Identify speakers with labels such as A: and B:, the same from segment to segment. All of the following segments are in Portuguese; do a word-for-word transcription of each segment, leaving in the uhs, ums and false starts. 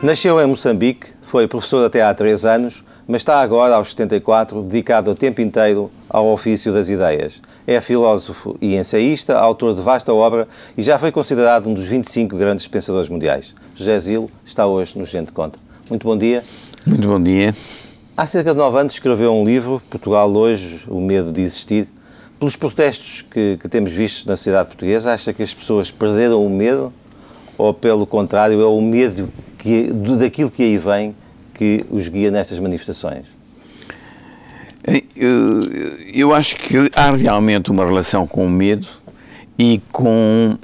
A: Nasceu em Moçambique, foi professor até há três anos, mas está agora, aos setenta e quatro, dedicado o tempo inteiro ao ofício das ideias. É filósofo e ensaísta, autor de vasta obra e já foi considerado um dos vinte e cinco grandes pensadores mundiais. José Zilo está hoje no Gente Conta. Muito bom dia.
B: Muito bom dia.
A: Há cerca de nove anos escreveu um livro, Portugal Hoje, o medo de existir. Pelos protestos que, que temos visto na sociedade portuguesa, acha que as pessoas perderam o medo ou, pelo contrário, é o medo que, daquilo que aí vem que os guia nestas manifestações?
B: Eu, eu acho que há realmente uma relação com o medo e com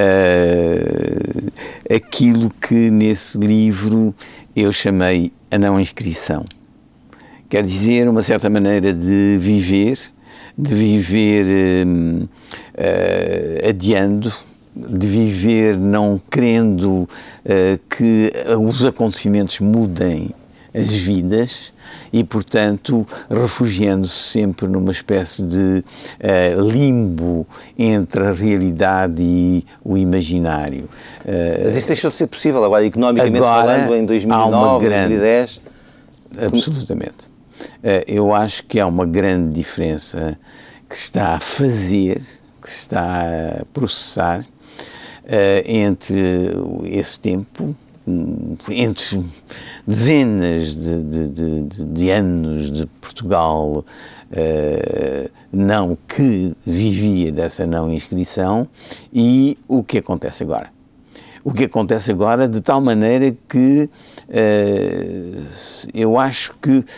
B: uh, aquilo que nesse livro eu chamei a não inscrição. Quer dizer, uma certa maneira de viver, de viver um, uh, adiando, de viver não querendo uh, que os acontecimentos mudem as vidas e, portanto, refugiando-se sempre numa espécie de uh, limbo entre a realidade e o imaginário. Uh,
A: Mas isso deixou de ser possível agora, economicamente
B: agora,
A: falando, em dois mil e nove,
B: grande,
A: dois mil e dez?
B: Absolutamente. Uh, eu acho que há uma grande diferença que se está a fazer, que se está a processar, Uh, entre esse tempo, entre dezenas de, de, de, de anos de Portugal uh, não, que vivia dessa não inscrição, e o que acontece agora. O que acontece agora de tal maneira que uh, eu acho que uh,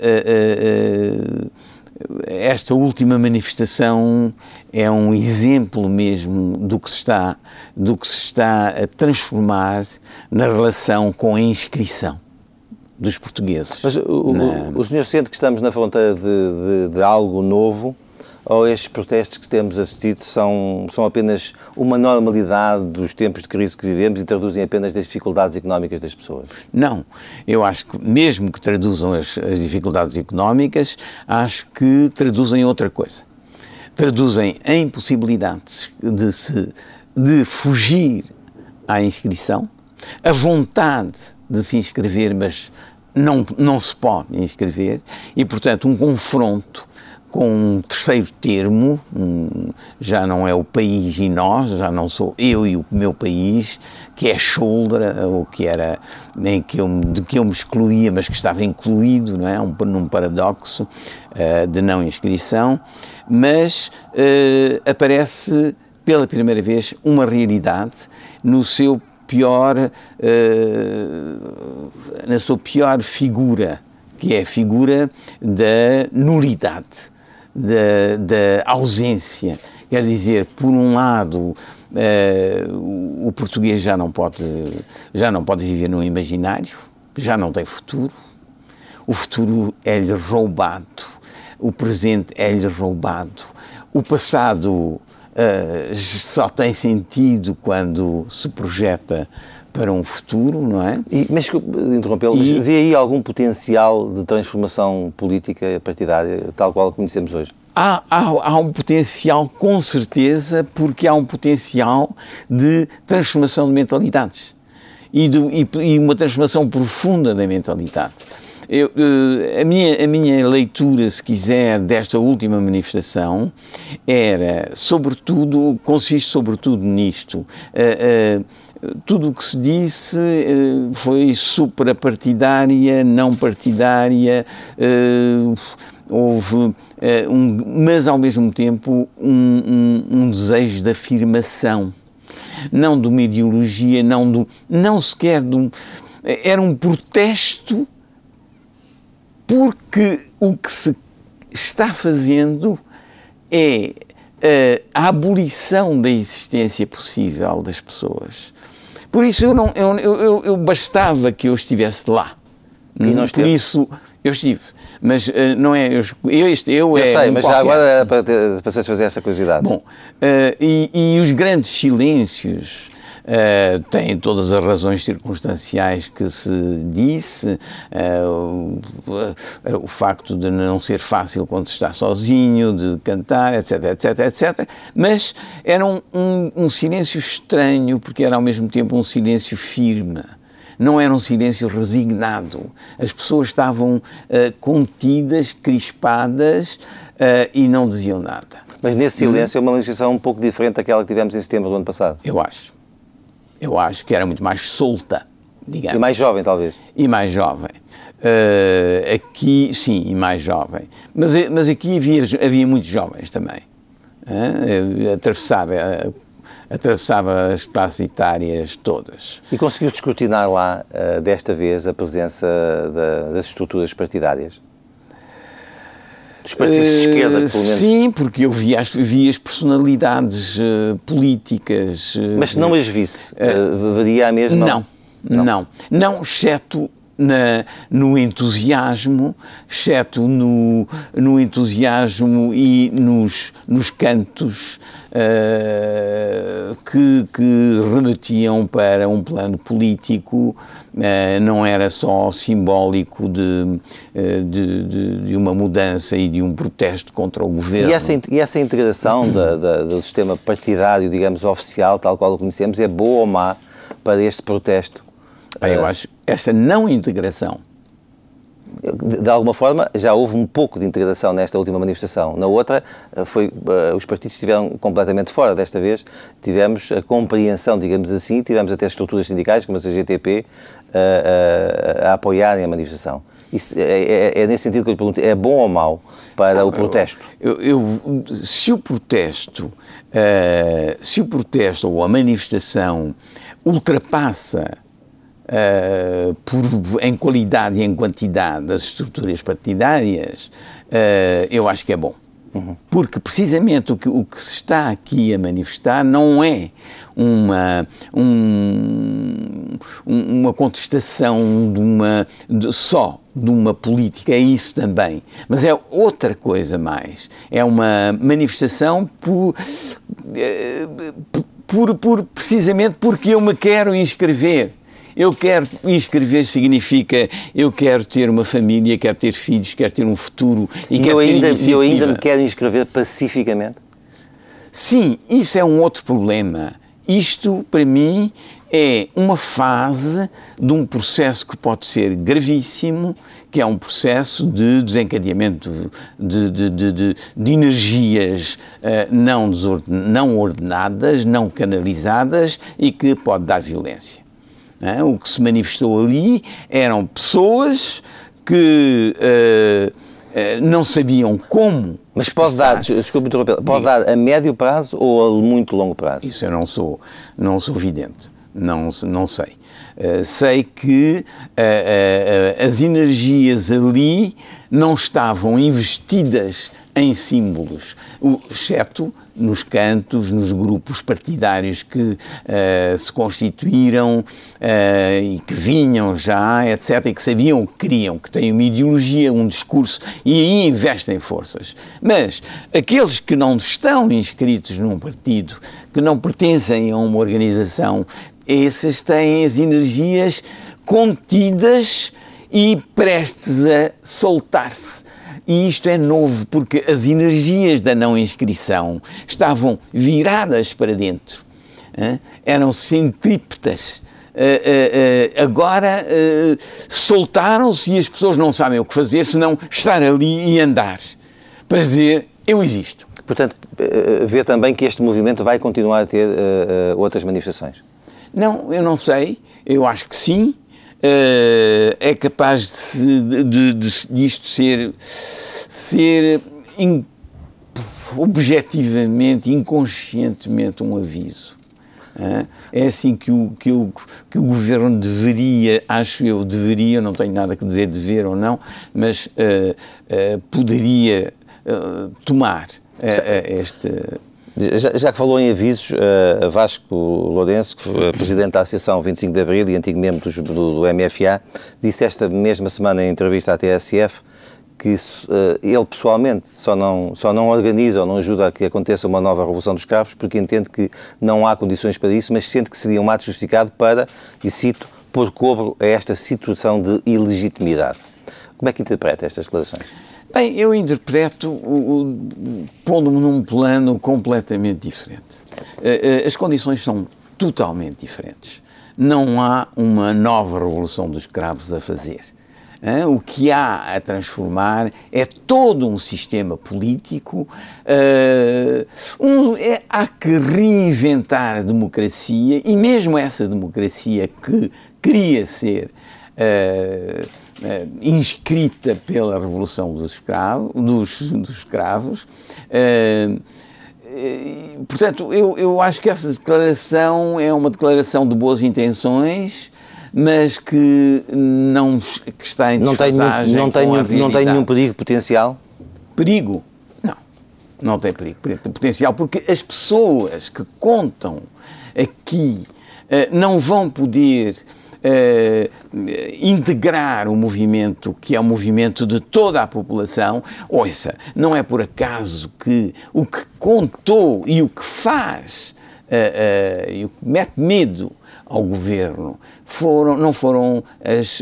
B: uh, uh, esta última manifestação é um exemplo mesmo do que se está, do que se está a transformar na relação com a inscrição dos portugueses.
A: Mas o,
B: na...
A: o senhor sente que estamos na fronteira de, de, de algo novo, ou estes protestos que temos assistido são, são apenas uma normalidade dos tempos de crise que vivemos e traduzem apenas as dificuldades económicas das pessoas?
B: Não, eu acho que mesmo que traduzam as, as dificuldades económicas, acho que traduzem outra coisa. Traduzem a impossibilidade de, se, de fugir à inscrição, a vontade de se inscrever, mas não, não se pode inscrever, e, portanto, um confronto com um terceiro termo, um, já não é o país e nós, já não sou eu e o meu país, que é Choldra, ou que era, em que eu, de que eu me excluía, mas que estava incluído, não é? Um, num paradoxo uh, de não inscrição, mas uh, aparece pela primeira vez uma realidade no seu pior, uh, na sua pior figura, que é a figura da nulidade, Da, da ausência. Quer dizer, por um lado, uh, o, o português já não pode, já não pode viver no imaginário, já não tem futuro, o futuro é-lhe roubado, o presente é-lhe roubado, o passado uh, só tem sentido quando se projeta para um futuro, não é?
A: E, mas, interrompê-lo, mas vê aí algum potencial de transformação política partidária, tal qual conhecemos hoje?
B: Há, há, há um potencial, com certeza, porque há um potencial de transformação de mentalidades e, de, e, e uma transformação profunda da mentalidade. Eu, a, minha, a minha leitura, se quiser, desta última manifestação era, sobretudo, consiste sobretudo nisto. Uh, uh, Tudo o que se disse uh, foi suprapartidária, não partidária, uh, houve, uh, um, mas ao mesmo tempo um, um, um desejo de afirmação, não de uma ideologia, não, do, não sequer de um... Era um protesto porque o que se está fazendo é a abolição da existência possível das pessoas. Por isso eu não, eu, eu, eu bastava que eu estivesse lá.
A: E não
B: Por isso eu estive. Mas uh, não é eu, eu, este, eu,
A: eu
B: é
A: sei,
B: um
A: mas
B: qualquer.
A: já agora é para, ter, para satisfazer essa curiosidade.
B: Bom, uh, e, e os grandes silêncios Uh, tem todas as razões circunstanciais que se disse, uh, o, o facto de não ser fácil quando se está sozinho, de cantar, etc, etc, etc, mas era um, um, um silêncio estranho, porque era ao mesmo tempo um silêncio firme. não era um silêncio resignado. As pessoas estavam uh, contidas, crispadas uh, e não diziam nada.
A: Mas nesse silêncio hum. é uma manifestação um pouco diferente daquela que tivemos em setembro do ano passado.
B: Eu acho. Eu acho que era muito mais solta, digamos.
A: E mais jovem, talvez.
B: E mais jovem. Uh, aqui, sim, e mais jovem. Mas, mas aqui havia, havia muitos jovens também. Uh, atravessava, uh, atravessava as classes etárias todas.
A: E conseguiu descortinar lá, uh, desta vez, a presença da, das estruturas partidárias? Dos partidos de esquerda, que pelo menos...
B: Sim, porque eu vi as, vi as personalidades uh, políticas... Uh,
A: Mas se não as visse, uh, veria a mesma?
B: Não, não, não, não, exceto na, no entusiasmo, exceto no, no entusiasmo e nos, nos cantos uh, que, que remetiam para um plano político, uh, não era só simbólico de, de, de, de uma mudança e de um protesto contra o governo.
A: E essa, e essa integração da, da, do sistema partidário, digamos, oficial, tal qual o conhecemos, é boa ou má para este protesto?
B: Ah, eu acho esta não integração.
A: De, de alguma forma, já houve um pouco de integração nesta última manifestação. Na outra, foi, uh, os partidos estiveram completamente fora. Desta vez, tivemos a compreensão, digamos assim, tivemos até estruturas sindicais, como a C G T P, uh, uh, a apoiarem a manifestação. Isso, é, é, é nesse sentido que eu lhe pergunto, é bom ou mau para o protesto?
B: Eu, eu, se o protesto, uh, se o protesto ou a manifestação ultrapassa Uh, por, em qualidade e em quantidade das estruturas partidárias, uh, eu acho que é bom. Uhum. Porque precisamente o que, o que se está aqui a manifestar não é uma, um, uma contestação de uma, de, só de uma política, é isso também, mas é outra coisa mais. É uma manifestação por, por, por precisamente porque eu me quero inscrever. Eu quero inscrever significa eu quero ter uma família, quero ter filhos, quero ter um futuro e,
A: e
B: quero
A: eu ainda,
B: ter
A: eu ainda me quero inscrever pacificamente?
B: Sim, isso é um outro problema. Isto, para mim, é uma fase de um processo que pode ser gravíssimo, que é um processo de desencadeamento de, de, de, de, de energias uh, não, desorden, não ordenadas, não canalizadas e que pode dar violência. Não, o que se manifestou ali eram pessoas que uh, uh, não sabiam como.
A: Mas pode dar, desculpe interromper, pode dar a médio prazo ou a muito longo prazo?
B: Isso eu não sou, não sou vidente, não, não sei. Uh, sei que uh, uh, as energias ali não estavam investidas em símbolos, exceto nos cantos, nos grupos partidários que uh, se constituíram uh, e que vinham já, etcétera, e que sabiam o que queriam, que têm uma ideologia, um discurso, e aí investem forças. Mas aqueles que não estão inscritos num partido, que não pertencem a uma organização, esses têm as energias contidas e prestes a soltar-se. E isto é novo, porque as energias da não inscrição estavam viradas para dentro, hein? Eram centrípetas. Uh, uh, uh, agora uh, soltaram-se e as pessoas não sabem o que fazer senão estar ali e andar para dizer, eu existo.
A: Portanto, uh, vê também que este movimento vai continuar a ter uh, uh, outras manifestações?
B: Não, eu não sei, eu acho que sim. Uh, é capaz de, de, de, de, de isto ser, ser in, objetivamente, inconscientemente um aviso. Uh, é assim que o, que, o, que o governo deveria, acho eu, deveria, não tenho nada que dizer dever ou não, mas uh, uh, poderia uh, tomar uh, uh, este...
A: Já, já que falou em avisos, uh, Vasco Lourenço, que foi presidente da Associação vinte e cinco de Abril e antigo membro do, do, do M F A, disse esta mesma semana em entrevista à T S F que uh, ele pessoalmente só não, só não organiza ou não ajuda a que aconteça uma nova revolução dos carros porque entende que não há condições para isso, mas sente que seria um ato justificado para, e cito, pôr cobro a esta situação de ilegitimidade. Como é que interpreta estas declarações?
B: Bem, eu interpreto o, o, pondo-me num plano completamente diferente. Uh, uh, as condições são totalmente diferentes. não há uma nova revolução dos escravos a fazer. O que há a transformar é todo um sistema político, uh, um, é, há que reinventar a democracia, e mesmo essa democracia que queria ser uh, uh, inscrita pela Revolução dos Escravos, dos, dos escravos, uh, uh, portanto, eu, eu acho que essa declaração é uma declaração de boas intenções, mas que não que está em desfasagem
A: não tem,
B: com
A: não
B: a
A: tem, não tem nenhum perigo potencial?
B: Perigo? Não. Não tem perigo potencial, porque as pessoas que contam aqui uh, não vão poder uh, integrar o movimento, que é um movimento de toda a população. Ouça, não é por acaso que o que contou e o que faz uh, uh, e o que mete medo ao governo foram, não foram as, uh,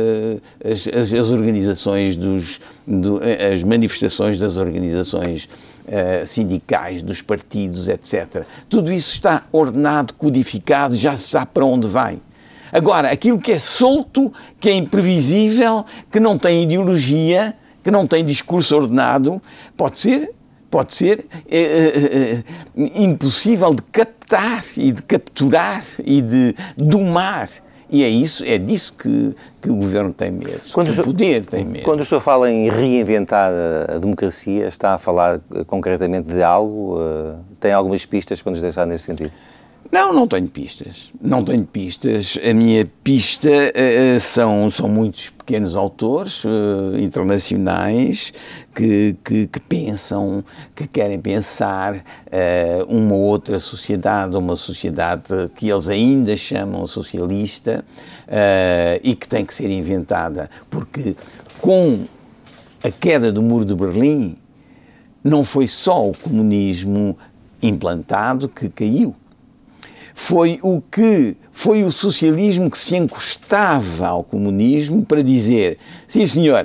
B: as, as, as organizações, dos, do, as manifestações das organizações uh, sindicais, dos partidos, etcétera. Tudo isso está ordenado, codificado, já se sabe para onde vai. Agora, aquilo que é solto, que é imprevisível, que não tem ideologia, que não tem discurso ordenado, pode ser... pode ser é, é, é, impossível de captar e de capturar e de domar. E é isso, é disso que, que o governo tem medo, quando que o poder tem medo.
A: Quando o senhor fala em reinventar a, a democracia, está a falar uh, concretamente de algo? Uh, tem algumas pistas para nos deixar nesse sentido?
B: Não, não tenho pistas. Não tenho pistas. A minha pista uh, são, são muitos pequenos autores uh, internacionais que, que, que pensam, que querem pensar uh, uma outra sociedade, uma sociedade que eles ainda chamam socialista uh, e que tem que ser inventada. Porque com a queda do Muro de Berlim, não foi só o comunismo implantado que caiu. Foi o que foi o socialismo que se encostava ao comunismo para dizer, sim senhor,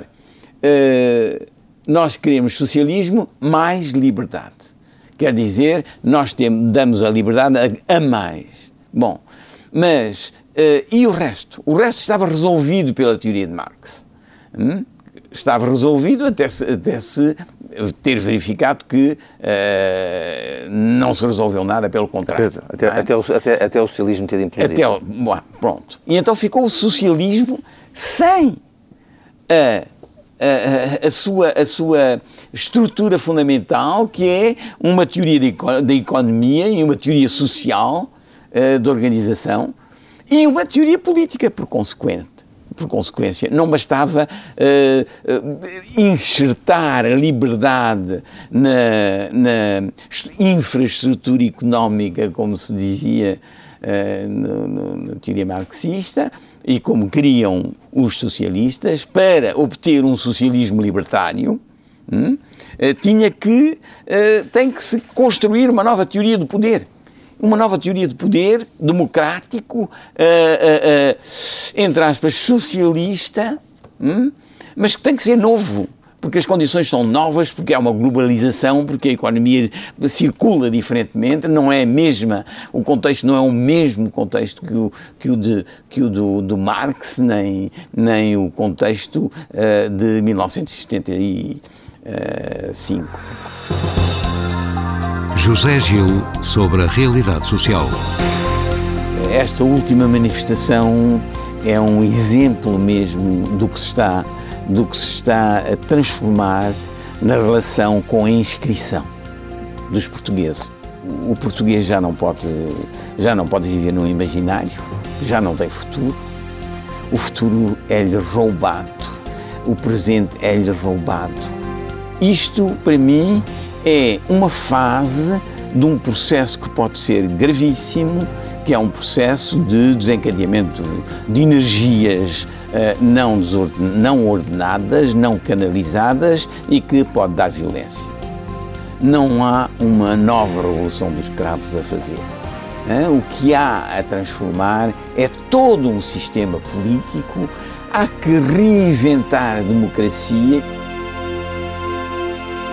B: uh, nós queremos socialismo mais liberdade. Quer dizer, nós temos, damos a liberdade a, a mais. Bom, mas uh, e o resto? O resto estava resolvido pela teoria de Marx. Hum? Estava resolvido até se, até se ter verificado que uh, não se resolveu nada, pelo contrário.
A: Até, até, até, o, até, até o socialismo ter implodido.
B: Até o, bom, pronto. E então ficou o socialismo sem a, a, a, sua, a sua estrutura fundamental, que é uma teoria da economia e uma teoria social uh, de organização e uma teoria política, por consequente. Por consequência, não bastava uh, uh, enxertar a liberdade na, na infraestrutura económica, como se dizia uh, no, no, na teoria marxista, e como queriam os socialistas, para obter um socialismo libertário, hum, uh, tinha que, uh, tem que se construir uma nova teoria do poder. Uma nova teoria de poder democrático, uh, uh, uh, entre aspas, socialista, hum? Mas que tem que ser novo, porque as condições são novas, porque há uma globalização, porque a economia circula diferentemente, não é a mesma, o contexto não é o mesmo contexto que o, que o, de, que o do, do Marx, nem, nem o contexto uh, de mil novecentos e setenta e cinco.
C: José Gil sobre a realidade social.
B: Esta última manifestação é um exemplo mesmo do que se está, do que se está a transformar na relação com a inscrição dos portugueses. O português já não pode, já não pode viver no imaginário, já não tem futuro. O futuro é-lhe roubado, o presente é-lhe roubado. Isto, para mim, é uma fase de um processo que pode ser gravíssimo, que é um processo de desencadeamento de energias uh, não, não ordenadas, não canalizadas e que pode dar violência. Não há uma nova revolução dos escravos a fazer. Uh, o que há a transformar é todo um sistema político, há que reinventar a democracia.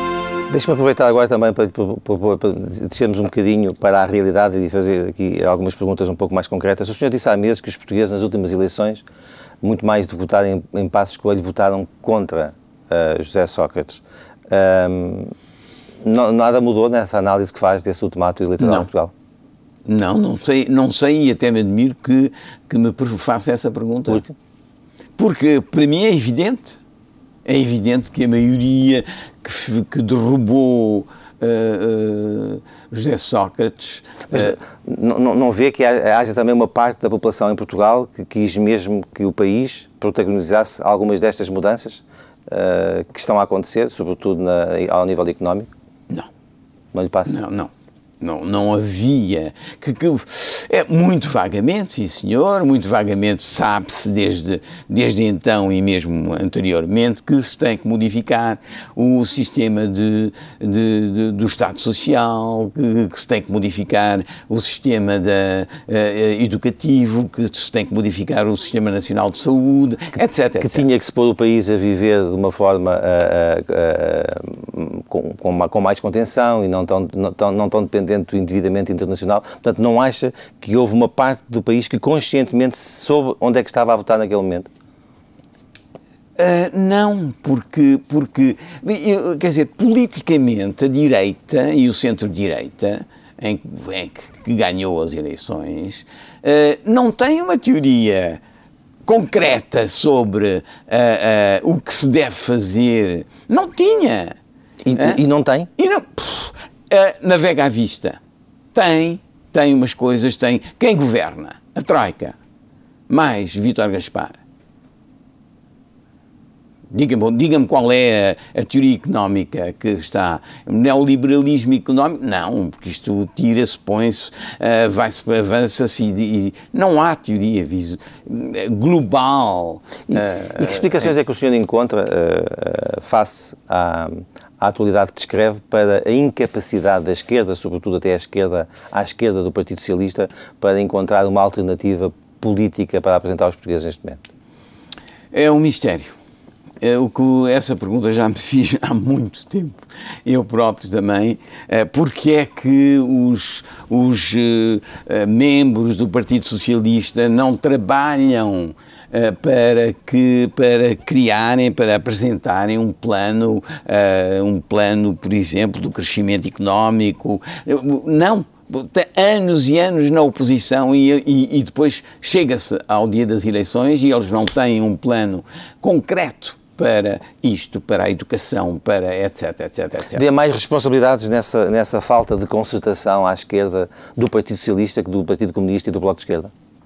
A: Deixe-me aproveitar agora também para, para, para, para descermos um bocadinho para a realidade e fazer aqui algumas perguntas um pouco mais concretas. O senhor disse há meses que os portugueses nas últimas eleições, muito mais de votarem em, em Passos Coelho, votaram contra uh, José Sócrates. Um, não, nada mudou nessa análise que faz desse ultimato eleitoral
B: não.
A: em Portugal?
B: Não, não sei, não sei e até me admiro que, que me faça essa pergunta.
A: Por quê?
B: Porque para mim é evidente. É evidente que a maioria que, que derrubou uh, uh, José Sócrates...
A: Mas
B: uh,
A: não, não vê que haja também uma parte da população em Portugal que quis mesmo que o país protagonizasse algumas destas mudanças uh, que estão a acontecer, sobretudo na, ao nível económico?
B: Não.
A: Não lhe passa?
B: Não, não. Não, não havia, que, que, é muito vagamente, sim senhor, muito vagamente sabe-se desde, desde então e mesmo anteriormente que se tem que modificar o sistema de, de, de, do Estado Social, que, que se tem que modificar o sistema da, uh, educativo, que se tem que modificar o Sistema Nacional de Saúde,
A: que,
B: etc,
A: Que
B: etcétera.
A: tinha que se pôr o país a viver de uma forma uh, uh, uh, com, com, uma, com mais contenção e não tão, não tão, não tão dependente do endividamento internacional. Portanto, não acha que houve uma parte do país que conscientemente soube onde é que estava a votar naquele momento?
B: Uh, não, porque, porque, quer dizer, politicamente a direita e o centro-direita, em, em que ganhou as eleições, uh, não têm uma teoria concreta sobre uh, uh, o que se deve fazer. Não tinha.
A: E, uh? e não tem?
B: E não... Pff, Uh, navega à vista. Tem, tem umas coisas, tem... Quem governa? A Troika. Mais Vítor Gaspar. Diga-me, diga-me qual é a, a teoria económica que está... O neoliberalismo económico? Não, porque isto tira-se, põe-se, uh, vai-se, avança-se e, e... Não há teoria viso, global.
A: E, uh, e que explicações é, é que o senhor encontra uh, uh, face à... a atualidade que descreve para a incapacidade da esquerda, sobretudo até à esquerda, à esquerda do Partido Socialista, para encontrar uma alternativa política para apresentar aos portugueses neste momento?
B: É um mistério. É o que essa pergunta já me fiz há muito tempo, eu próprio também, porque é que os, os uh, membros do Partido Socialista não trabalham Uh, para, que, para criarem, para apresentarem um plano, uh, um plano, por exemplo, do crescimento económico. Não, tem anos e anos na oposição e, e, e depois chega-se ao dia das eleições e eles não têm um plano concreto para isto, para a educação, para etc, etc, etcétera.
A: Vê mais responsabilidades nessa, nessa falta de concertação à esquerda do Partido Socialista que do Partido Comunista e do Bloco de Esquerda?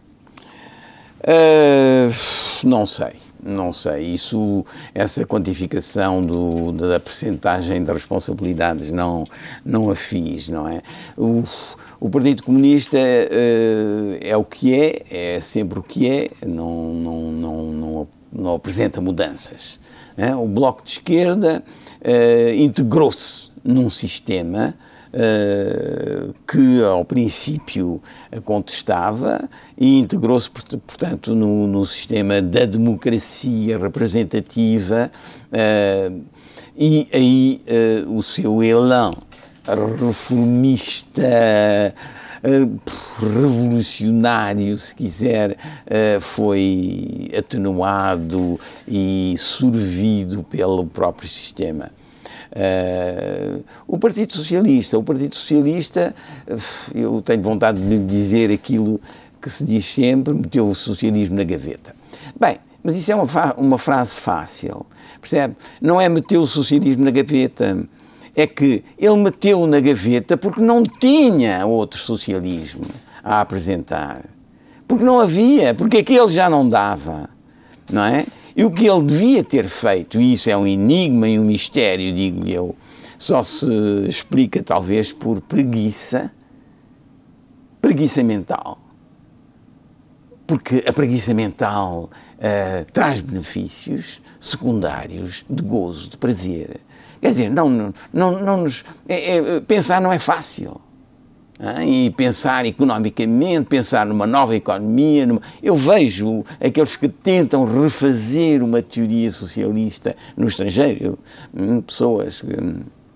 B: Uh, não sei, não sei. Isso, essa quantificação do, da percentagem de responsabilidades não, não a fiz, não é? O, o Partido Comunista uh, é o que é, é sempre o que é, não, não, não, não, não apresenta mudanças. É? O Bloco de Esquerda uh, integrou-se num sistema Uh, que ao princípio contestava e integrou-se, portanto, no, no sistema da democracia representativa uh, e aí uh, o seu elan reformista, uh, revolucionário, se quiser, uh, foi atenuado e sorvido pelo próprio sistema. Uh, o Partido Socialista, o Partido Socialista, uh, eu tenho vontade de dizer aquilo que se diz sempre, meteu o socialismo na gaveta. Bem, mas isso é uma, uma frase fácil, percebe? Não é meteu o socialismo na gaveta, é que ele meteu na gaveta porque não tinha outro socialismo a apresentar, porque não havia, porque aquele já não dava, não é? E o que ele devia ter feito, e isso é um enigma e um mistério, digo-lhe eu, só se explica talvez por preguiça, preguiça mental. Porque a preguiça mental uh, traz benefícios secundários de gozo, de prazer. Quer dizer, não, não, não, não nos, é, é, pensar não é fácil. E pensar economicamente, pensar numa nova economia. Numa... Eu vejo aqueles que tentam refazer uma teoria socialista no estrangeiro, pessoas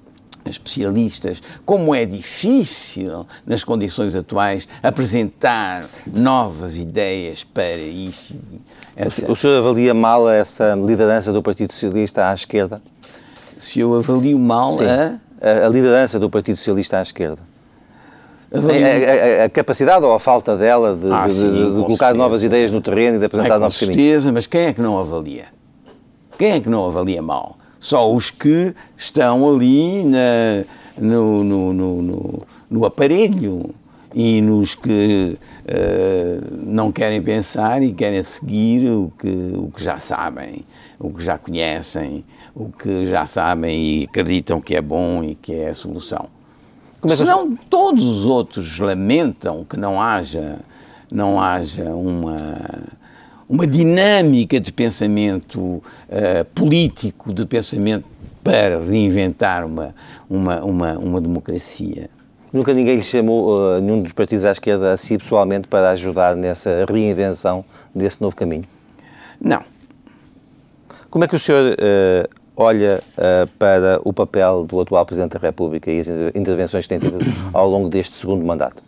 B: especialistas, como é difícil, nas condições atuais, apresentar novas ideias para isso.
A: O senhor avalia mal essa liderança do Partido Socialista à esquerda?
B: Se eu avalio mal
A: Sim,
B: a...
A: a liderança do Partido Socialista à esquerda.
B: Avalio...
A: A, a, a capacidade ou a falta dela de,
B: ah,
A: de,
B: sim,
A: de, de colocar
B: certeza.
A: novas ideias no terreno e de apresentar
B: Ai,
A: novos caminhos.
B: Com certeza, mas quem é que não avalia? Quem é que não avalia mal? Só os que estão ali na, no, no, no, no, no aparelho e nos que uh, não querem pensar e querem seguir o que, o que já sabem, o que já conhecem, o que já sabem e acreditam que é bom e que é a solução. Como é que Senão eu... todos os outros lamentam que não haja, não haja uma... uma dinâmica de pensamento uh, político, de pensamento para reinventar uma, uma, uma, uma democracia.
A: Nunca ninguém lhe chamou, uh, nenhum dos partidos à esquerda, a si pessoalmente, para ajudar nessa reinvenção desse novo caminho?
B: Não.
A: Como é que o senhor uh, olha uh, para o papel do atual Presidente da República e as intervenções que tem tido ao longo deste segundo mandato?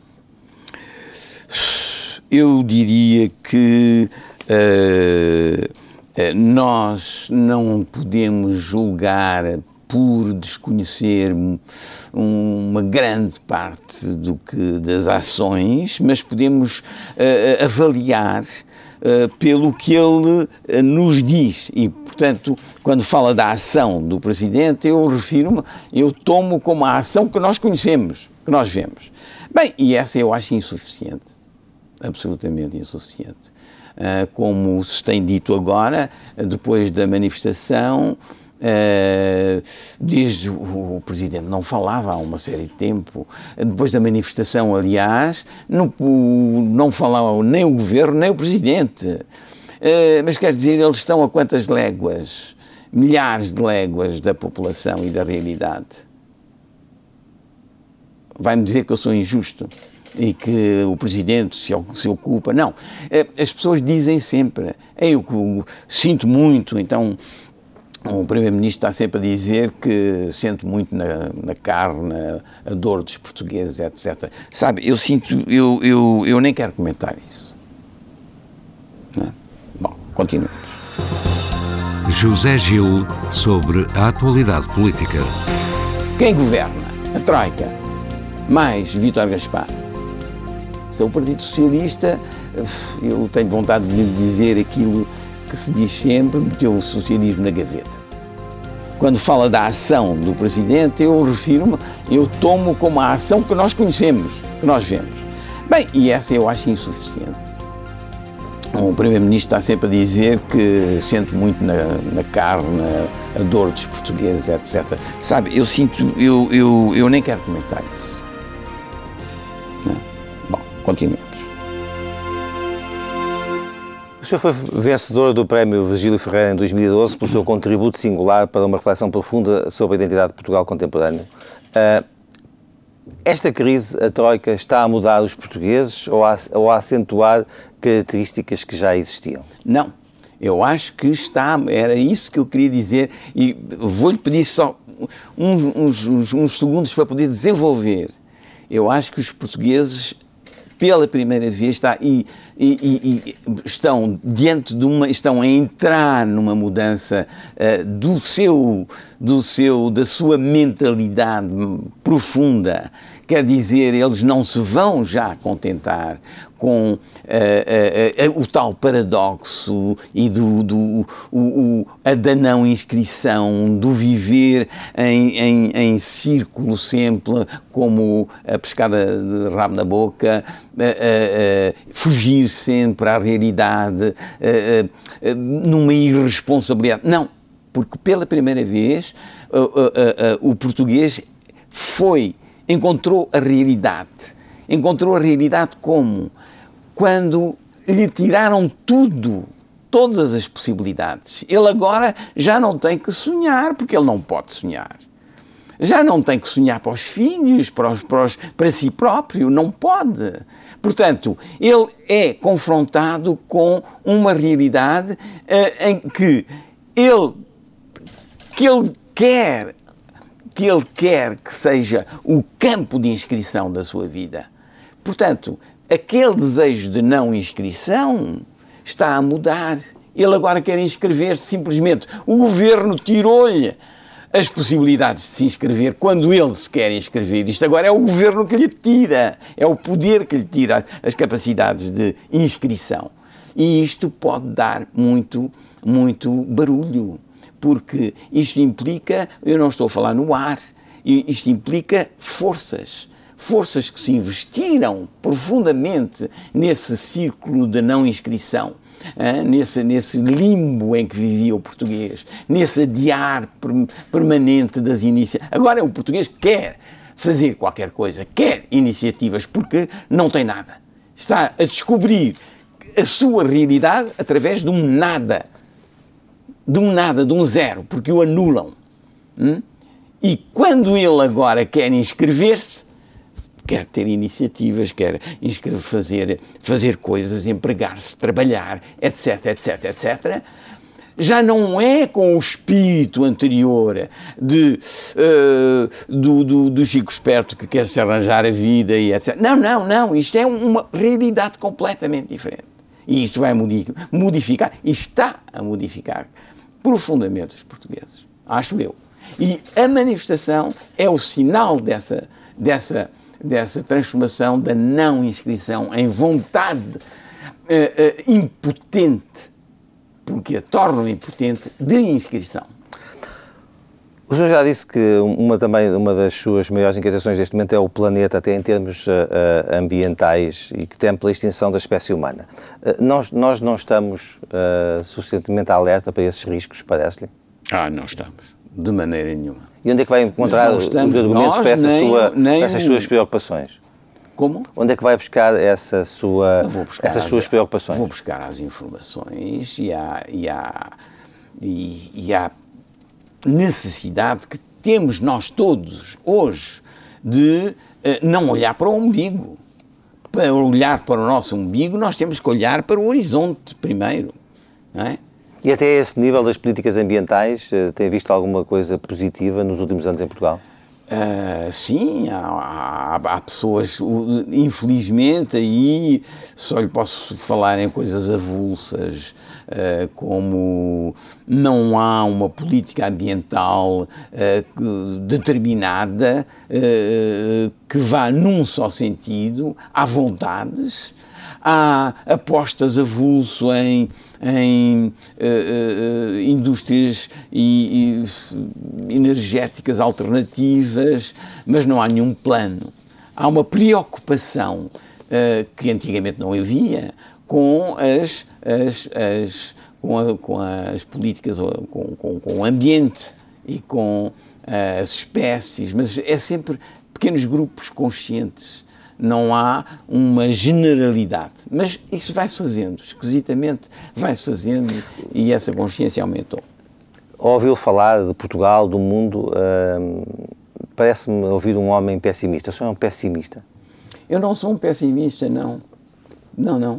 B: Eu diria que uh, nós não podemos julgar por desconhecer uma grande parte do que, das ações, mas podemos uh, avaliar uh, pelo que ele uh, nos diz. E, portanto, quando fala da ação do Presidente, eu refiro-me, eu tomo como a ação que nós conhecemos, que nós vemos. Bem, e essa eu acho insuficiente. Absolutamente insuficiente. Uh, como se tem dito agora, depois da manifestação, uh, desde o, o Presidente não falava há uma série de tempo, depois da manifestação, aliás, não, não falava nem o Governo, nem o Presidente. Uh, mas quer dizer, eles estão a quantas léguas? Milhares de léguas da população e da realidade. Vai-me dizer que eu sou injusto e que o Presidente se, se ocupa. Não. As pessoas dizem sempre, eu, eu sinto muito, então o Primeiro-Ministro está sempre a dizer que sente muito na, na carne a, a dor dos portugueses, etcétera. Sabe, eu sinto, eu, eu, eu nem quero comentar isso. Não é? Bom, continuamos.
C: José Gil sobre a atualidade política.
B: Quem governa? A Troika, mais Vítor Gaspar. O Partido Socialista, eu tenho vontade de lhe dizer aquilo que se diz sempre, meteu o socialismo na gaveta. Quando fala da ação do Presidente, eu refiro-me, eu tomo como a ação que nós conhecemos, que nós vemos. Bem, e essa eu acho insuficiente. O Primeiro-Ministro está sempre a dizer que sente muito na, na carne a, a dor dos portugueses, etcétera. Sabe, eu sinto, eu, eu, eu nem quero comentar isso. Não? Bom, continuemos.
A: O senhor foi vencedor do Prémio Virgílio Ferreira em dois mil e doze pelo seu contributo singular para uma reflexão profunda sobre a identidade de Portugal contemporâneo. Uh, esta crise, a Troika, está a mudar os portugueses ou a, ou a acentuar características que já existiam?
B: Não. Eu acho que está, era isso que eu queria dizer e vou-lhe pedir só uns, uns, uns segundos para poder desenvolver. Eu acho que os portugueses, pela primeira vez, está, e, e, e, estão diante de uma, estão a entrar numa mudança uh, do seu, do seu, da sua mentalidade profunda. Quer dizer, eles não se vão já contentar com uh, uh, uh, o tal paradoxo e do, do o, o, a da não inscrição, do viver em, em, em círculo sempre, como a pescada de rabo na boca, uh, uh, uh, fugir sempre à realidade, uh, uh, uh, numa irresponsabilidade. Não, porque pela primeira vez uh, uh, uh, uh, o português foi, encontrou a realidade. Encontrou a realidade como? Quando lhe tiraram tudo, todas as possibilidades. Ele agora já não tem que sonhar, porque ele não pode sonhar. Já não tem que sonhar para os filhos, para, os, para, os, para si próprio, não pode. Portanto, ele é confrontado com uma realidade uh, em que ele, que ele quer que ele quer que seja o campo de inscrição da sua vida. Portanto, aquele desejo de não inscrição está a mudar. Ele agora quer inscrever-se simplesmente. O governo tirou-lhe as possibilidades de se inscrever quando ele se quer inscrever. Isto agora é o governo que lhe tira, é o poder que lhe tira as capacidades de inscrição. E isto pode dar muito, muito barulho, porque isto implica, eu não estou a falar no ar, isto implica forças. Forças que se investiram profundamente nesse círculo de não inscrição, hein? nesse, nesse limbo em que vivia o português, nesse adiar permanente das iniciativas. Agora o português quer fazer qualquer coisa, quer iniciativas, porque não tem nada. Está a descobrir a sua realidade através de um nada, de um nada, de um zero, porque o anulam. Hum? E quando ele agora quer inscrever-se, quer ter iniciativas, quer fazer, fazer coisas, empregar-se, trabalhar, etc, etc, etcétera, já não é com o espírito anterior de, uh, do, do, do Chico Esperto que quer se arranjar a vida e etcétera. Não, não, não. Isto é uma realidade completamente diferente. E isto vai modificar, e está a modificar profundamente os portugueses, acho eu. E a manifestação é o sinal dessa, dessa dessa transformação da não inscrição em vontade uh, uh, impotente, porque a tornam impotente, de inscrição.
A: O senhor já disse que uma, também, uma das suas maiores inquietações neste momento é o planeta, até em termos uh, uh, ambientais, e que tem pela extinção da espécie humana. Uh, nós, nós não estamos uh, suficientemente alerta para esses riscos, parece-lhe?
B: Ah, não estamos, de maneira nenhuma.
A: E onde é que vai encontrar os argumentos para, essa nem, sua, nem para essas suas preocupações?
B: Como?
A: Onde é que vai buscar essa sua,
B: buscar
A: essas
B: as,
A: suas preocupações?
B: Vou buscar as informações e há, e, há, e, e há necessidade que temos nós todos hoje de uh, não olhar para o umbigo. Para olhar para o nosso umbigo, nós temos que olhar para o horizonte primeiro, não é?
A: E até esse nível das políticas ambientais, tem visto alguma coisa positiva nos últimos anos em Portugal?
B: Uh, sim, há, há, há pessoas, infelizmente, aí só lhe posso falar em coisas avulsas, uh, como não há uma política ambiental uh, determinada uh, que vá num só sentido, há vontades, há apostas avulso em, em uh, uh, indústrias e, e energéticas alternativas, mas não há nenhum plano. Há uma preocupação uh, que antigamente não havia com as, as, as, com a, com as políticas, com, com, com o ambiente e com uh, as espécies, mas é sempre pequenos grupos conscientes. Não há uma generalidade, mas isso vai-se fazendo, esquisitamente vai-se fazendo, e essa consciência aumentou.
A: Ouviu falar de Portugal, do mundo, hum, parece-me ouvir um homem pessimista. O senhor é um pessimista?
B: Eu não sou um pessimista, não. Não, não.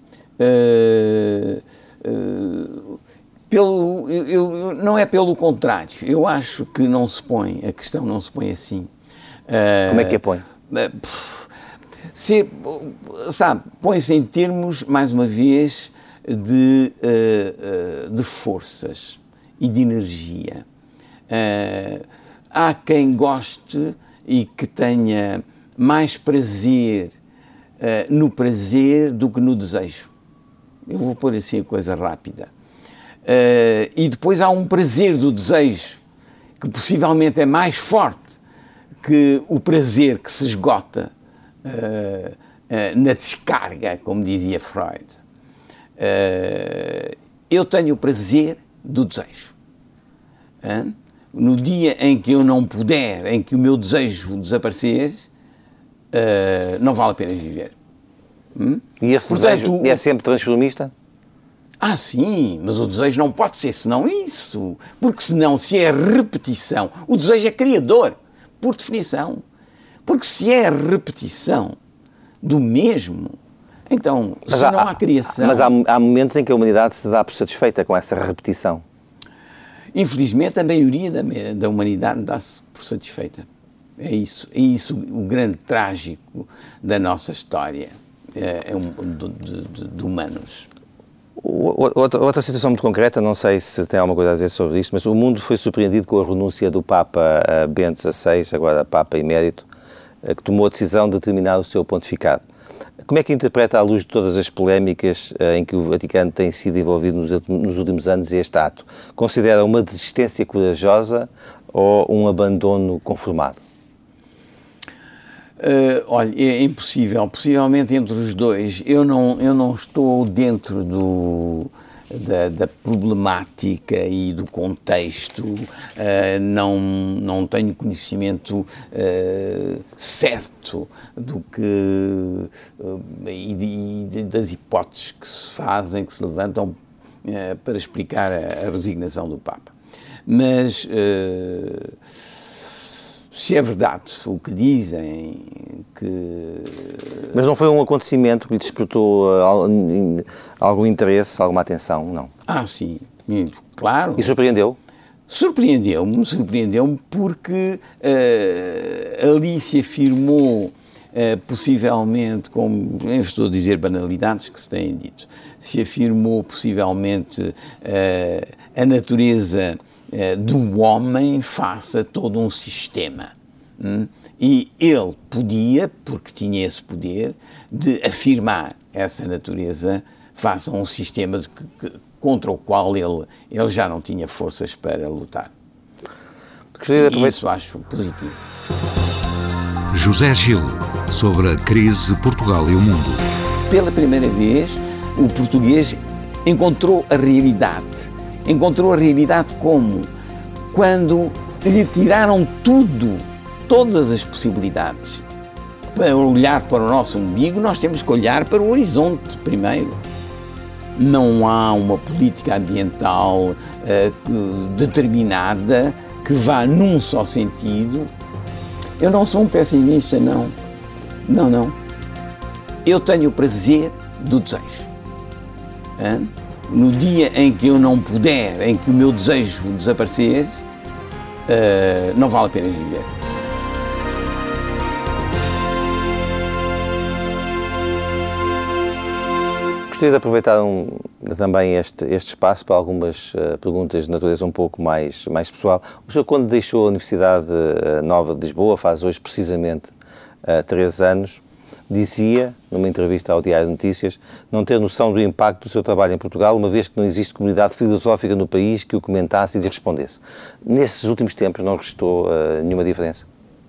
B: Uh, uh, pelo, eu, eu, não é pelo contrário, eu acho que não se põe, a questão não se põe assim. Uh,
A: Como é que a põe?
B: Uh, Se, sabe, põe-se em termos, mais uma vez, de, uh, uh, de forças e de energia. Uh, há quem goste e que tenha mais prazer uh, no prazer do que no desejo. Eu vou pôr assim a coisa rápida. Uh, e depois há um prazer do desejo, que possivelmente é mais forte que o prazer que se esgota Uh, uh, na descarga, como dizia Freud. Uh, eu tenho o prazer do desejo. Uh, no dia em que eu não puder, em que o meu desejo desaparecer, uh, não vale a pena viver. Hum?
A: E esse Portanto, desejo é sempre transformista?
B: Ah, sim, mas o desejo não pode ser senão isso, porque senão, se é repetição, o desejo é criador, por definição. Porque se é a repetição do mesmo, então, mas se há, não há criação...
A: Mas há, há momentos em que a humanidade se dá por satisfeita com essa repetição.
B: infelizmente, a maioria da, da humanidade dá-se por satisfeita. É isso, é isso o grande trágico da nossa história, é, é um, de, de, de humanos.
A: Outra, outra situação muito concreta, não sei se tem alguma coisa a dizer sobre isto, mas o mundo foi surpreendido com a renúncia do Papa Bento dezasseis, agora Papa Emérito, que tomou a decisão de terminar o seu pontificado. Como é que interpreta, à luz de todas as polémicas em que o Vaticano tem sido envolvido nos, nos últimos anos, este ato? Considera uma desistência corajosa ou um abandono conformado?
B: Uh, olha, é impossível, possivelmente entre os dois. Eu não, eu não estou dentro do, da, da problemática e do contexto, uh, não, não tenho conhecimento uh, certo do que uh, e, e das hipóteses que se fazem, que se levantam uh, para explicar a, a resignação do Papa. Mas uh, se é verdade o que dizem, que...
A: Mas não foi um acontecimento que lhe despertou uh, algum interesse, alguma atenção, não?
B: Ah, sim, claro.
A: E surpreendeu?
B: Surpreendeu-me, surpreendeu-me porque uh, ali se afirmou, uh, possivelmente, como eu estou a dizer banalidades que se têm dito, se afirmou possivelmente uh, a natureza do homem face a todo um sistema. Hum? E ele podia, porque tinha esse poder, de afirmar essa natureza face a um sistema de que, que, contra o qual ele, ele já não tinha forças para lutar. E isso acho positivo.
C: José Gil, sobre a crise Portugal e o mundo.
B: Pela primeira vez, o português encontrou a realidade. Encontrou a realidade como? Quando lhe tiraram tudo, todas as possibilidades. Para olhar para o nosso umbigo, nós temos que olhar para o horizonte primeiro. Não há uma política ambiental uh, determinada que vá num só sentido. Eu não sou um pessimista, não. Não, não. Eu tenho o prazer do desejo. Hã? No dia em que eu não puder, em que o meu desejo desaparecer, uh, não vale a pena viver.
A: Gostaria de aproveitar um, também este, este espaço para algumas uh, perguntas de natureza um pouco mais, mais pessoal. O senhor, quando deixou a Universidade uh, Nova de Lisboa, faz hoje precisamente uh, três anos, dizia, numa entrevista ao Diário de Notícias, não ter noção do impacto do seu trabalho em Portugal, uma vez que não existe comunidade filosófica no país que o comentasse e lhe respondesse. Nesses últimos tempos não restou uh, nenhuma diferença?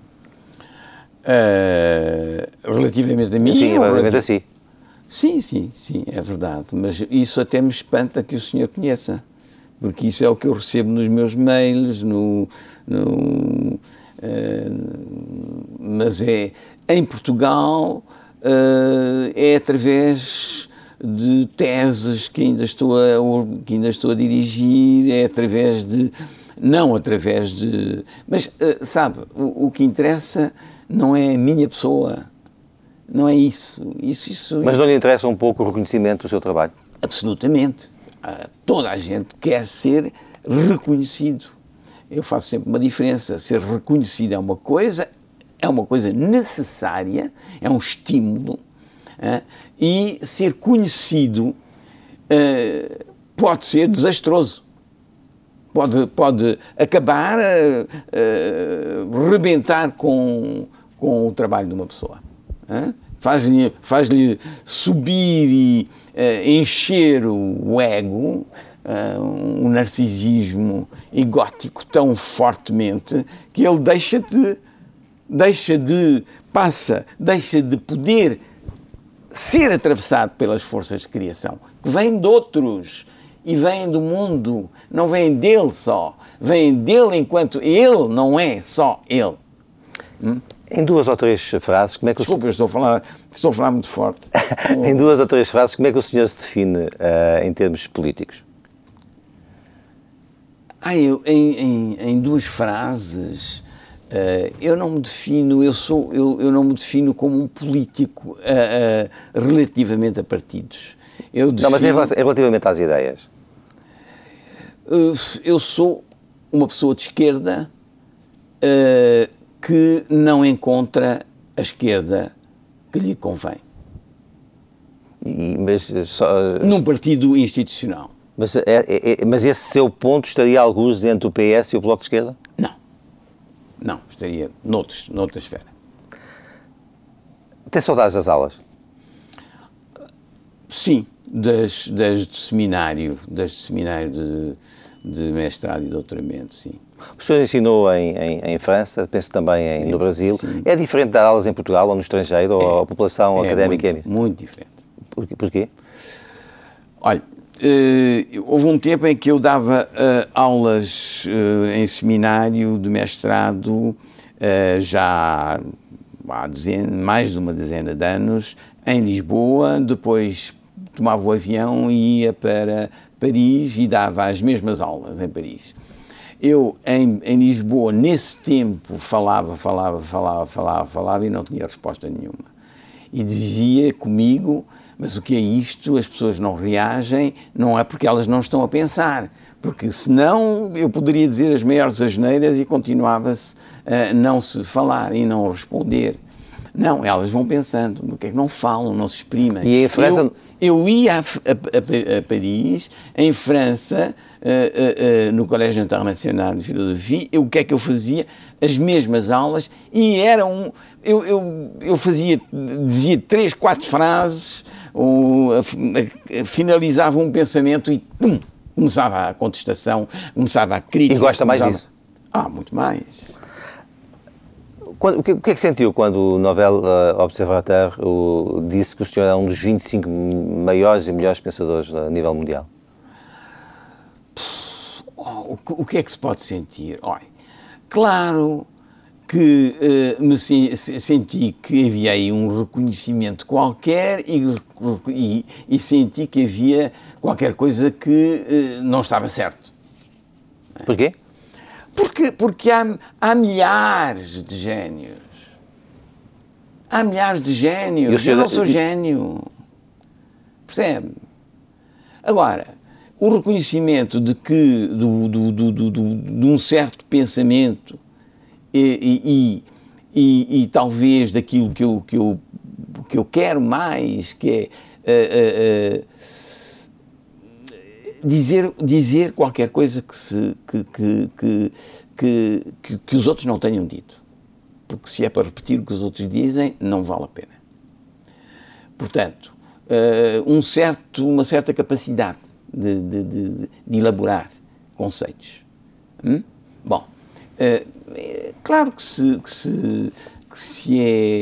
B: Uh, relativamente a mim?
A: Sim, relativamente a si.
B: Sim, sim, sim, é verdade. Mas isso até me espanta que o senhor conheça. Porque isso é o que eu recebo nos meus mails, no... no Uh, mas é em Portugal, uh, é através de teses que ainda estou a, que ainda estou a dirigir, é através de, não através de, mas uh, sabe, o, o que interessa não é a minha pessoa, não é isso, isso, isso.
A: Mas não lhe interessa um pouco o reconhecimento do seu trabalho?
B: Absolutamente, uh, toda a gente quer ser reconhecido. Eu faço sempre uma diferença. Ser reconhecido é uma coisa, é uma coisa necessária, é um estímulo, é? E ser conhecido é, pode ser desastroso. Pode, pode acabar, é, rebentar com, com o trabalho de uma pessoa. É? Faz-lhe, faz-lhe subir e é, encher o ego, Uh, um narcisismo egótico tão fortemente que ele deixa de, deixa de, passa, deixa de poder ser atravessado pelas forças de criação, que vêm de outros e vêm do mundo, não vêm dele só, vêm dele enquanto ele não é só ele. Hum?
A: Em duas ou três frases, como é que
B: Desculpa, o... eu estou a falar, estou a falar muito forte.
A: Em duas ou três frases, como é que o senhor se define uh, em termos políticos?
B: Ah, eu, em, em, em duas frases, uh, eu não me defino, eu, sou, eu, eu não me defino como um político uh, uh, relativamente a partidos. Eu defino,
A: não, mas é relativamente às ideias.
B: Uh, eu sou uma pessoa de esquerda uh, que não encontra a esquerda que lhe convém.
A: E, mas, só,
B: Num partido institucional.
A: Mas, é, é, mas esse seu ponto estaria alguns entre o P S e o Bloco de Esquerda?
B: Não. Não, estaria noutros, noutra esfera.
A: Tem saudades das aulas?
B: Sim, das, das de seminário, das de seminário de, de mestrado e doutoramento, sim.
A: O senhor ensinou em, em, em França, penso também em, sim, no Brasil. Sim. É diferente dar aulas em Portugal ou no estrangeiro, é, ou a população é académica?
B: Muito, é muito diferente.
A: Por, porquê?
B: Olha, uh, houve um tempo em que eu dava uh, aulas uh, em seminário de mestrado uh, já há dezena, mais de uma dezena de anos, em Lisboa, depois tomava o avião e ia para Paris e dava as mesmas aulas em Paris. Eu, em, em Lisboa, nesse tempo, falava, falava, falava, falava, falava e não tinha resposta nenhuma. E dizia comigo, mas o que é isto? As pessoas não reagem, não é porque elas não estão a pensar, porque senão eu poderia dizer as maiores asneiras e continuava-se a não se falar e não responder. Não, elas vão pensando, no que é que não falam, não se exprimem.
A: E em França...
B: Eu, eu ia a, a, a, a Paris, em França, uh, uh, uh, no Colégio Internacional de Filosofia, eu, o que é que eu fazia? As mesmas aulas, e era um... Eu, eu, eu fazia, dizia três, quatro frases, ou, a, a, finalizava um pensamento e pum, começava a contestação, começava a crítica.
A: E gosta mais
B: começava...
A: disso?
B: Ah, muito mais.
A: Quando, o, que, o que é que sentiu quando o Nouvel uh, Observateur uh, disse que o senhor é um dos vinte e cinco maiores e melhores pensadores a nível mundial?
B: Oh, o, o que é que se pode sentir? Olha, claro que uh, me se, se, senti que havia aí um reconhecimento qualquer e, e, e senti que havia qualquer coisa que uh, não estava certo.
A: Porquê?
B: Porque, porque há, há milhares de génios. Há milhares de génios. Eu, senhor... eu não sou gênio. Percebe? Agora, o reconhecimento de que, do, do, do, do, do, de um certo pensamento e, e, e, e talvez daquilo que eu, que, eu, que eu quero mais, que é... Uh, uh, uh, Dizer, dizer qualquer coisa que, se, que, que, que, que, que os outros não tenham dito. Porque se é para repetir o que os outros dizem, não vale a pena. Portanto, uh, um certo, uma certa capacidade de, de, de, de elaborar conceitos. Hum? Bom, uh, é claro que se, que, se, que, se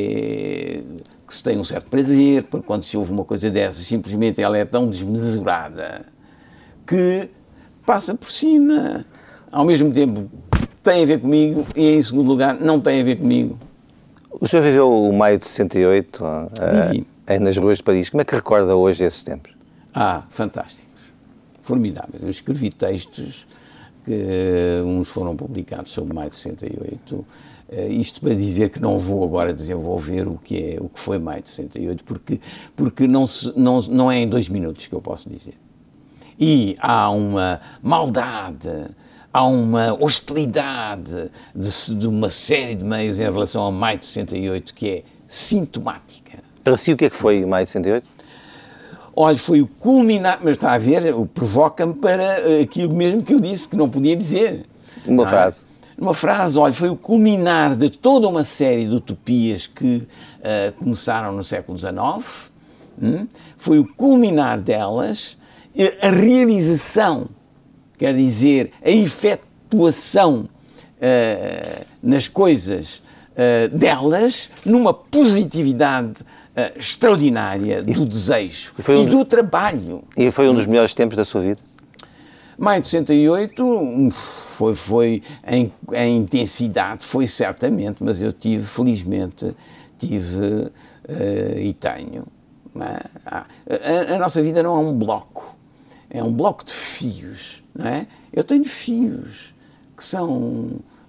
B: é, que se tem um certo prazer, porque quando se ouve uma coisa dessas, simplesmente ela é tão desmesurada que passa por cima, ao mesmo tempo tem a ver comigo e, em segundo lugar, não tem a ver comigo.
A: O senhor viveu o maio de sessenta e oito uh, nas ruas de Paris. Como é que recorda hoje esses tempos?
B: Ah, fantásticos, formidáveis. Eu escrevi textos que uns foram publicados sobre maio de sessenta e oito, uh, isto para dizer que não vou agora desenvolver o que, é, o que foi maio de sessenta e oito, porque, porque não, se, não, não é em dois minutos que eu posso dizer. E há uma maldade, há uma hostilidade de, de uma série de meios em relação a maio de sessenta e oito que é sintomática.
A: Para si, o que é que foi maio de sessenta e oito?
B: Olha, foi o culminar, mas está a ver, provoca-me para aquilo mesmo que eu disse que não podia dizer.
A: Uma não frase.
B: É? Uma frase, olha, foi o culminar de toda uma série de utopias que uh, começaram no século dezenove, hum? Foi o culminar delas. A realização, quer dizer, a efetuação uh, nas coisas uh, delas, numa positividade uh, extraordinária do e, desejo e, um e do trabalho.
A: E foi um dos melhores tempos da sua vida?
B: Maio de sessenta e oito foi, foi em, em intensidade, foi certamente, mas eu tive, felizmente, tive uh, e tenho. A, a, a nossa vida não é um bloco. É um bloco de fios, não é? Eu tenho fios que são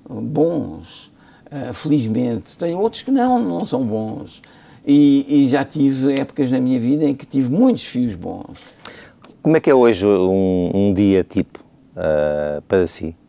B: bons, uh, felizmente. Tenho outros que não, não são bons. E, e já tive épocas na minha vida em que tive muitos fios bons.
A: Como é que é hoje um, um dia tipo uh, para si?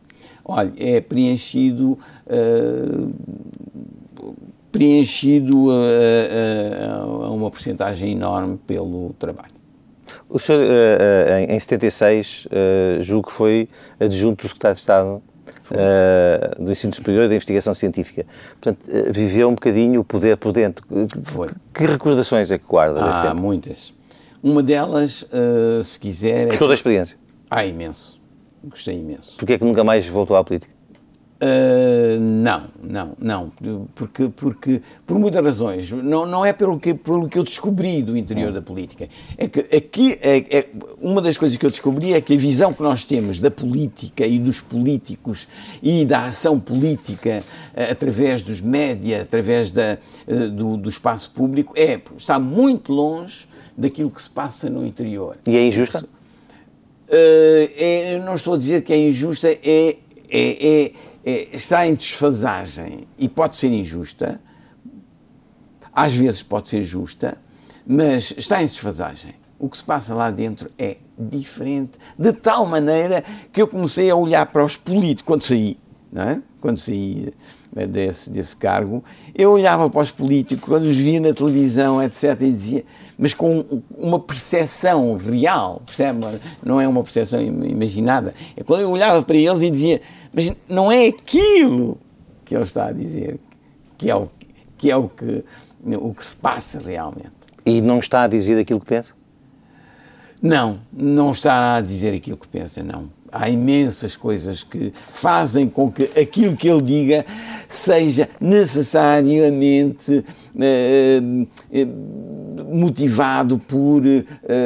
B: Olha, é preenchido, uh, preenchido a, a, a uma porcentagem enorme pelo trabalho.
A: O senhor, uh, uh, em setenta e seis, uh, julgo que foi adjunto do secretário de Estado uh, do Ensino Superior e da Investigação Científica. Portanto, uh, viveu um bocadinho o poder por dentro.
B: Foi.
A: Que recordações é que guarda desse
B: Há
A: tempo?
B: muitas. Uma delas, uh, se quiser...
A: Gostou
B: é
A: da experiência?
B: Ah, imenso. Gostei imenso.
A: Porquê é que nunca mais voltou à política?
B: Uh, não, não, não, porque, porque por muitas razões, não, não é pelo que, pelo que eu descobri do interior da política, é que aqui, é, é, uma das coisas que eu descobri é que a visão que nós temos da política e dos políticos e da ação política uh, através dos média, através da, uh, do, do espaço público, é, está muito longe daquilo que se passa no interior.
A: E é injusta?
B: Uh, é, eu não estou a dizer que é injusta, é, é, é É, está em desfasagem e pode ser injusta, às vezes pode ser justa, mas está em desfasagem. O que se passa lá dentro é diferente, de tal maneira que eu comecei a olhar para os políticos, quando saí, não é? Quando saí desse, desse cargo, eu olhava para os políticos, quando os via na televisão, etcétera, e dizia, mas com uma percepção real, percebe? Não é uma percepção imaginada. É quando eu olhava para eles e dizia, mas não é aquilo que ele está a dizer, que é o que, é o que, o que se passa realmente.
A: E não está a dizer aquilo que pensa?
B: Não, não está a dizer aquilo que pensa, não. Há imensas coisas que fazem com que aquilo que ele diga seja necessariamente uh, motivado por uh,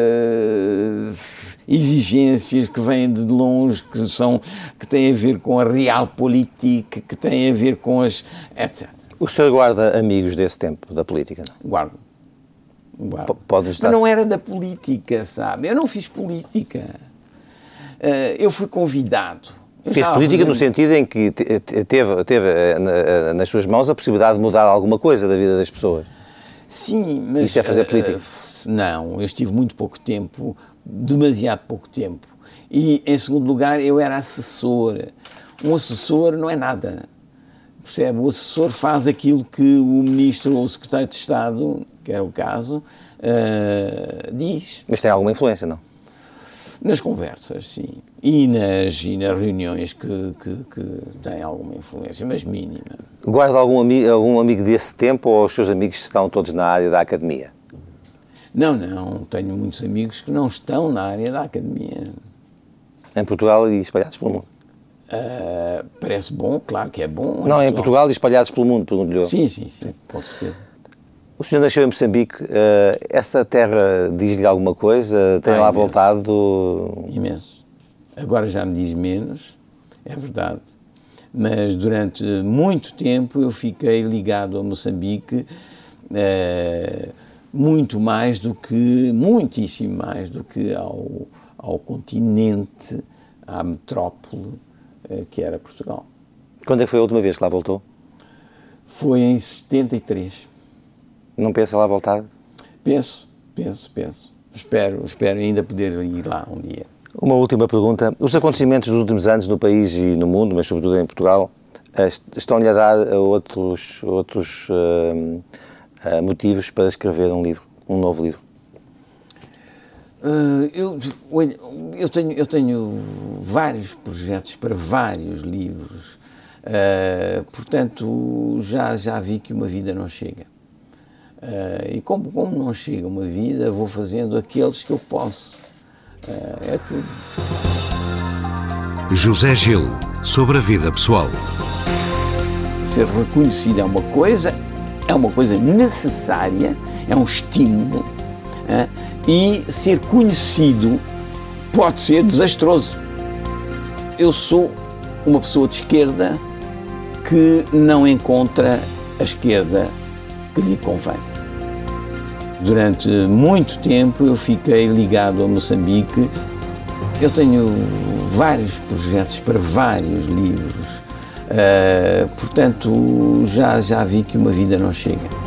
B: exigências que vêm de longe, que, são, que têm a ver com a realpolitik, que têm a ver com as... etcétera.
A: O senhor guarda amigos desse tempo da política, não?
B: Guardo. Guardo.
A: Pode estar...
B: Mas não era da política, sabe? Eu não fiz política. Uh, eu fui convidado. Eu
A: Fez política no sentido em que teve, teve nas suas mãos a possibilidade de mudar alguma coisa da vida das pessoas.
B: Sim, mas...
A: Isso é fazer política? Uh,
B: não, eu estive muito pouco tempo, demasiado pouco tempo. E, em segundo lugar, eu era assessor. Um assessor não é nada. Percebe? O assessor faz aquilo que o ministro ou o secretário de Estado, que era o caso, uh, diz.
A: Mas tem alguma influência, não?
B: Nas conversas, sim. E nas, e nas reuniões que, que, que têm alguma influência, mas mínima.
A: Guarda algum, ami algum amigo desse tempo ou os seus amigos estão todos na área da academia?
B: Não, não. Tenho muitos amigos que não estão na área da academia.
A: Em Portugal e espalhados pelo mundo?
B: Uh, parece bom, claro que é bom.
A: Não, em Portugal e espalhados pelo mundo, pergunto-lhe.
B: Sim, sim, sim, com certeza.
A: O senhor nasceu em Moçambique, uh, essa terra diz-lhe alguma coisa? Tem ah, lá imenso. voltado?
B: Imenso. Agora já me diz menos, é verdade, mas durante muito tempo eu fiquei ligado a Moçambique, uh, muito mais do que, muitíssimo mais do que ao, ao continente, à metrópole uh, que era Portugal.
A: Quando é que foi a última vez que lá voltou?
B: Foi em setenta e três.
A: Não pensa lá voltar?
B: Penso, penso, penso. Espero, espero ainda poder ir lá um dia.
A: Uma última pergunta. Os acontecimentos dos últimos anos no país e no mundo, mas sobretudo em Portugal, estão-lhe a dar outros, outros uh, uh, motivos para escrever um livro, um novo livro?
B: Uh, eu, eu, tenho, eu tenho vários projetos para vários livros. Uh, portanto, já, já vi que uma vida não chega. Uh, e como, como não chega uma vida, vou fazendo aqueles que eu posso. Uh, é tudo.
C: José Gil, sobre a vida pessoal.
B: Ser reconhecido é uma coisa, é uma coisa necessária, é um estímulo, uh, e ser conhecido pode ser desastroso. Eu sou uma pessoa de esquerda que não encontra a esquerda que lhe convém. Durante muito tempo eu fiquei ligado a Moçambique. Eu tenho vários projetos para vários livros. Uh, portanto, já, já vi que uma vida não chega.